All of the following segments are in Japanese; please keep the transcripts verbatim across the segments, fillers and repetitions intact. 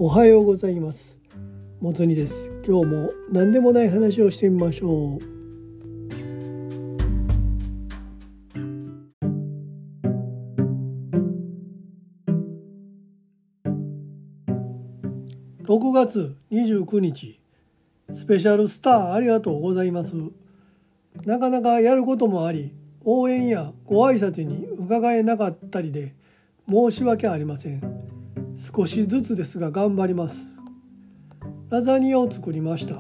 おはようございます。もつにです。今日も何でもない話をしてみましょう。ろくがつにじゅうくにち、スペシャルスターありがとうございます。なかなかやることもあり、応援やご挨拶に伺えなかったりで申し訳ありません。少しずつですが頑張ります。ラザニアを作りました。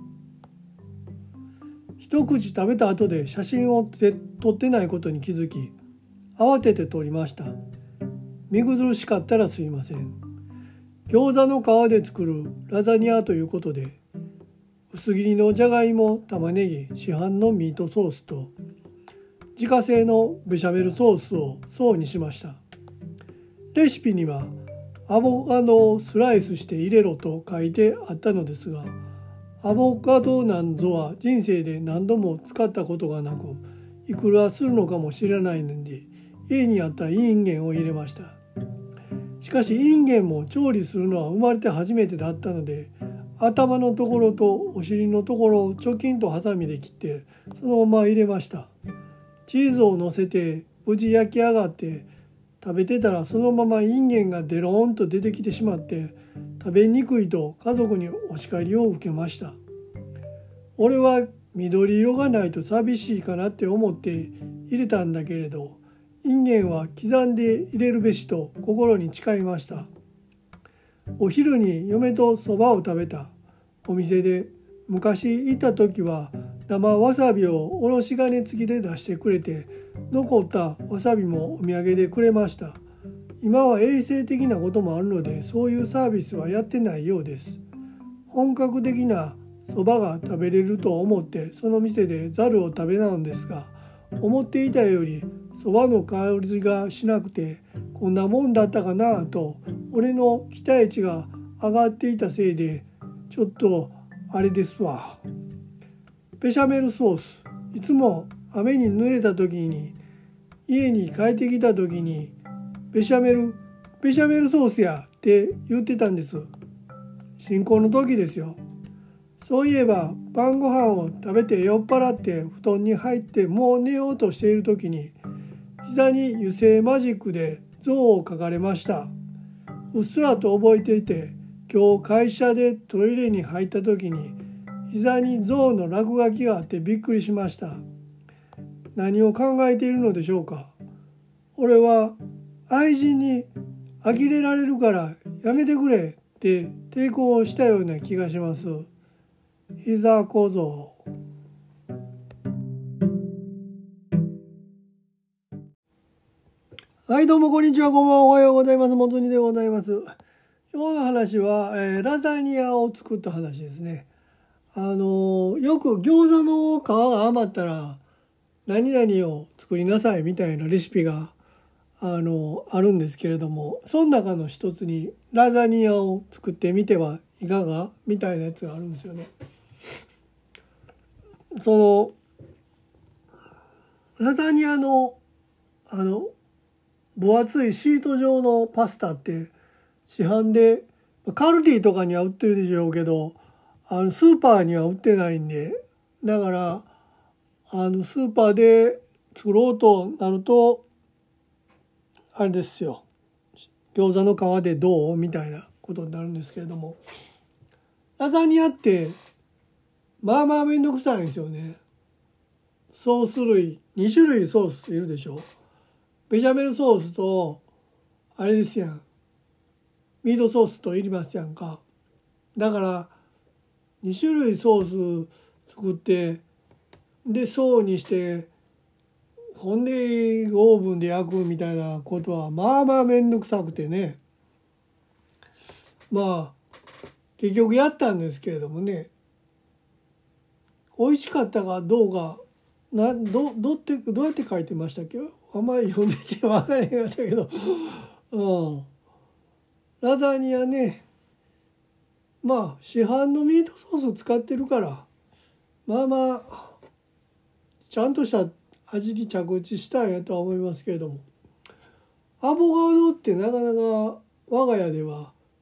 一口食べた後で写真を撮ってないことに気づき、慌てて撮りました。見苦しかったらすいません。餃子の皮で作るラザニアということで、薄切りのじゃがいも、玉ねぎ、市販のミートソースと自家製のベシャメルソースを層にしました。レシピにはアボカドをスライスして入れろと書いてあったのですが、アボカドなんぞは人生で何度も使ったことがなく、いくらするのかもしれないので、家にあったインゲンを入れました。しかしインゲンも調理するのは生まれて初めてだったので、頭のところとお尻のところをチョキンとハサミで切ってそのまま入れました。チーズを乗せて無事焼き上がって食べてたら、そのままインゲンがデローンと出てきてしまって、食べにくいと家族にお叱りを受けました。俺は緑色がないと寂しいかなって思って入れたんだけれど、インゲンは刻んで入れるべしと心に誓いました。お昼に嫁とそばを食べたお店で、昔行った時は生わさびをおろし金付きで出してくれて、残ったわさびもお土産でくれました。今は衛生的なこともあるので、そういうサービスはやってないようです。本格的なそばが食べれると思ってその店でざるを食べたのですが、思っていたよりそばの香りがしなくて、こんなもんだったかなと俺の期待値が上がっていたせいで、ちょっとあれですわ。ベシャメルソース、いつも雨に濡れた時に、家に帰ってきた時にベシャメルベシャメルソースやって言ってたんです。新婚の時ですよ。そういえば晩ご飯を食べて酔っ払って布団に入ってもう寝ようとしている時に、膝に油性マジックで像を描かれました。うっすらと覚えていて、今日会社でトイレに入った時に膝に象の落書きがあってびっくりしました。何を考えているのでしょうか。俺は愛人に呆れられるからやめてくれって抵抗したような気がします。膝小僧。はい、どうもこんにちは、こんばんは、おはようございます。もつにでございます。今日の話は、えー、ラザニアを作った話ですね。あのー、よく餃子の皮が余ったら何々を作りなさいみたいなレシピがあのー、あるんですけれども、その中の一つにラザニアを作ってみてはいかがみたいなやつがあるんですよね。そのラザニアのあの分厚いシート状のパスタって市販でカルディとかには売ってるでしょうけど、あのスーパーには売ってないんで、だからあのスーパーで作ろうとなるとあれですよ、餃子の皮でどうみたいなことになるんですけれども、ラザニアってまあまあめんどくさいんですよね。ソース類に種類ソースいるでしょ。ベシャメルソースとあれですやん、ミートソースといりますやんか。だからに種類ソース作って、で層にしてほんでオーブンで焼くみたいなことはまあまあめんどくさくてね。まあ結局やったんですけれどもね、美味しかったかどうかな、どどってどうやって書いてましたっけ。あんまり読んでて分からへんかったけど、うん、ラザニアね、まあ市販のミートソース使ってるから、まあまあちゃんとした味に着地したんやとは思いますけれども、アボカドってなかなか我が家では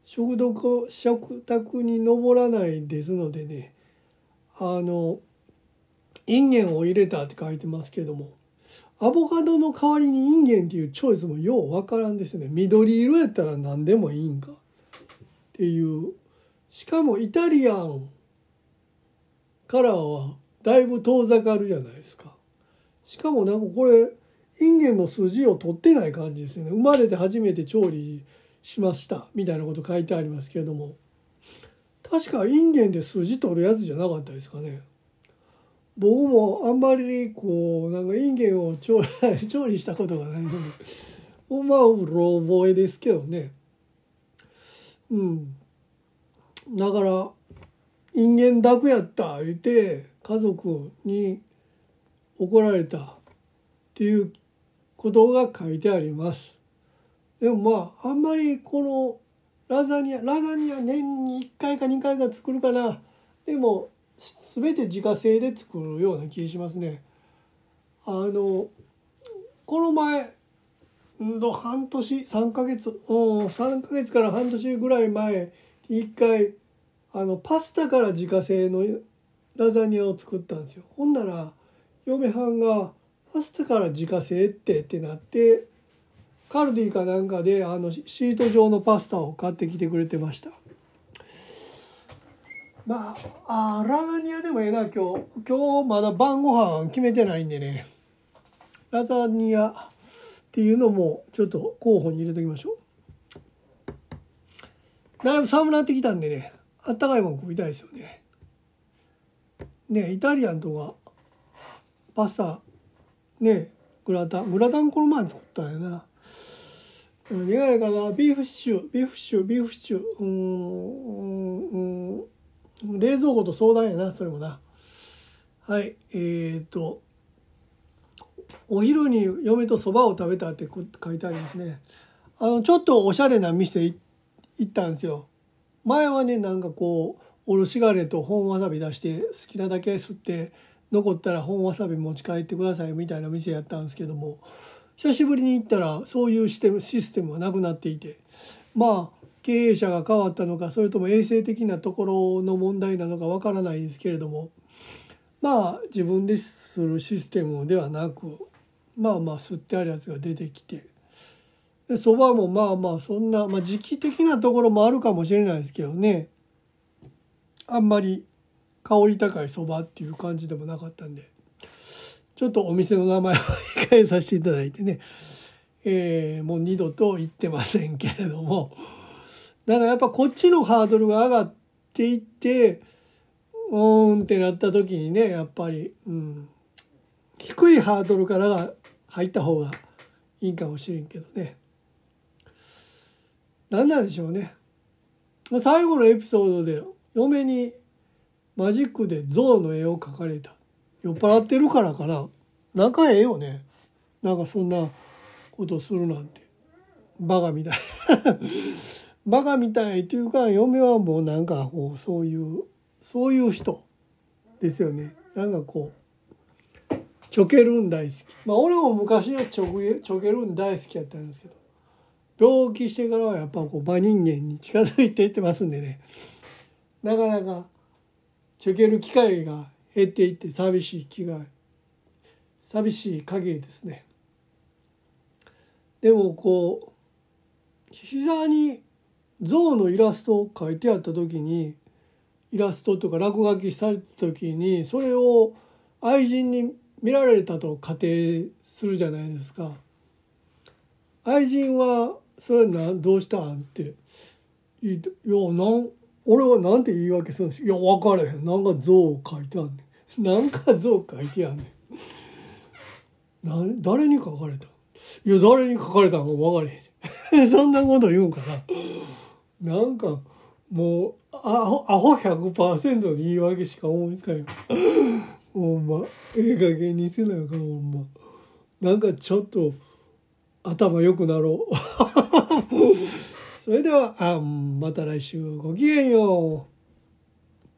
食毒食卓に上らないですのでね、あのインゲンを入れたって書いてますけども、アボカドの代わりにインゲンっていうチョイスもようわからんですね。緑色やったら何でもいいんかっていう。しかもイタリアンカラーはだいぶ遠ざかるじゃないですか。しかもなんかこれインゲンの筋を取ってない感じですよね。生まれて初めて調理しましたみたいなこと書いてありますけれども、確かインゲンで筋取るやつじゃなかったですかね。僕もあんまりこうなんかインゲンを調理、調理したことがないので、まあうろ覚えですけどね。うん。だからインゲンだくやった言って家族に怒られたっていうことが書いてあります。でもまああんまりこのラザニアラザニア年にいっかいかにかいか作るかな。でも全て自家製で作るような気がしますね。あのこの前ん半年さんかげつ、うん、さんかげつから半年ぐらい前にいっかいあのパスタから自家製のラザニアを作ったんですよ。ほんなら嫁はんがパスタから自家製ってってなって、カルディかなんかであのシート状のパスタを買ってきてくれてました。まあ、あラザニアでもええな。今日今日まだ晩ご飯決めてないんでね、ラザニアっていうのもちょっと候補に入れときましょう。だいぶ寒くなってきたんでね、あったかいもの食いたいですよね。ね、イタリアンとかパスタね、グラタングラタンこの前作ったんやな。苦いかな。ビーフシチュービーフシチュービーフシチューうーんうん冷蔵庫と相談やな、それもな。はい、えっとお昼に嫁とそばを食べたって書いてありますね。あのちょっとおしゃれな店行ったんですよ。前はね、なんかこうおろし金と本わさび出して好きなだけ吸って残ったら本わさび持ち帰ってくださいみたいな店やったんですけども、久しぶりに行ったらそういうシステム、システムはなくなっていて、まあ経営者が変わったのか、それとも衛生的なところの問題なのかわからないですけれども、まあ自分でするシステムではなく、まあまあ吸ってあるやつが出てきて、でそばもまあまあそんな、まあ、時期的なところもあるかもしれないですけどね、あんまり香り高いそばっていう感じでもなかったんで、ちょっとお店の名前を控えさせていただいてね、えー、もう二度と行ってませんけれども、だからやっぱこっちのハードルが上がっていってうーんってなった時にね、やっぱり、うん、低いハードルからが入った方がいいかもしれんけどね。何なんでしょうね。最後のエピソードで嫁にマジックで象の絵を描かれた。酔っ払ってるからかな。仲ええよね。なんかそんなことするなんて。バカみたい。バカみたいっていうか、嫁はもうなんかこうそういうそういう人ですよね。なんかこうちょけるん大好き。まあ俺も昔はちょけちょけるん大好きやったんですけど、病気してからはやっぱこう真人間に近づいていってますんでね、なかなかちょける機会が減っていって寂しい気が寂しい限りですね。でもこう膝に象のイラストを描いてあった時に、イラストとか落書きされた時にそれを愛人に見られたと仮定するじゃないですか。愛人はそれなどうしたんって言って、いやなん俺はなんて言い訳するんです。いや分からへん、なんか象書いてあんねん、なんか象書いてあんねん、な誰に書かれた、いや誰に書かれたのか分からへんそんなこと言うんかな。なんかもうアホアホ ひゃくパーセント の言い訳しか思いつかない。ほんまええ加減にせなあかん。ほんまなんかちょっと頭良くなろう。それではあまた来週ごきげんよう。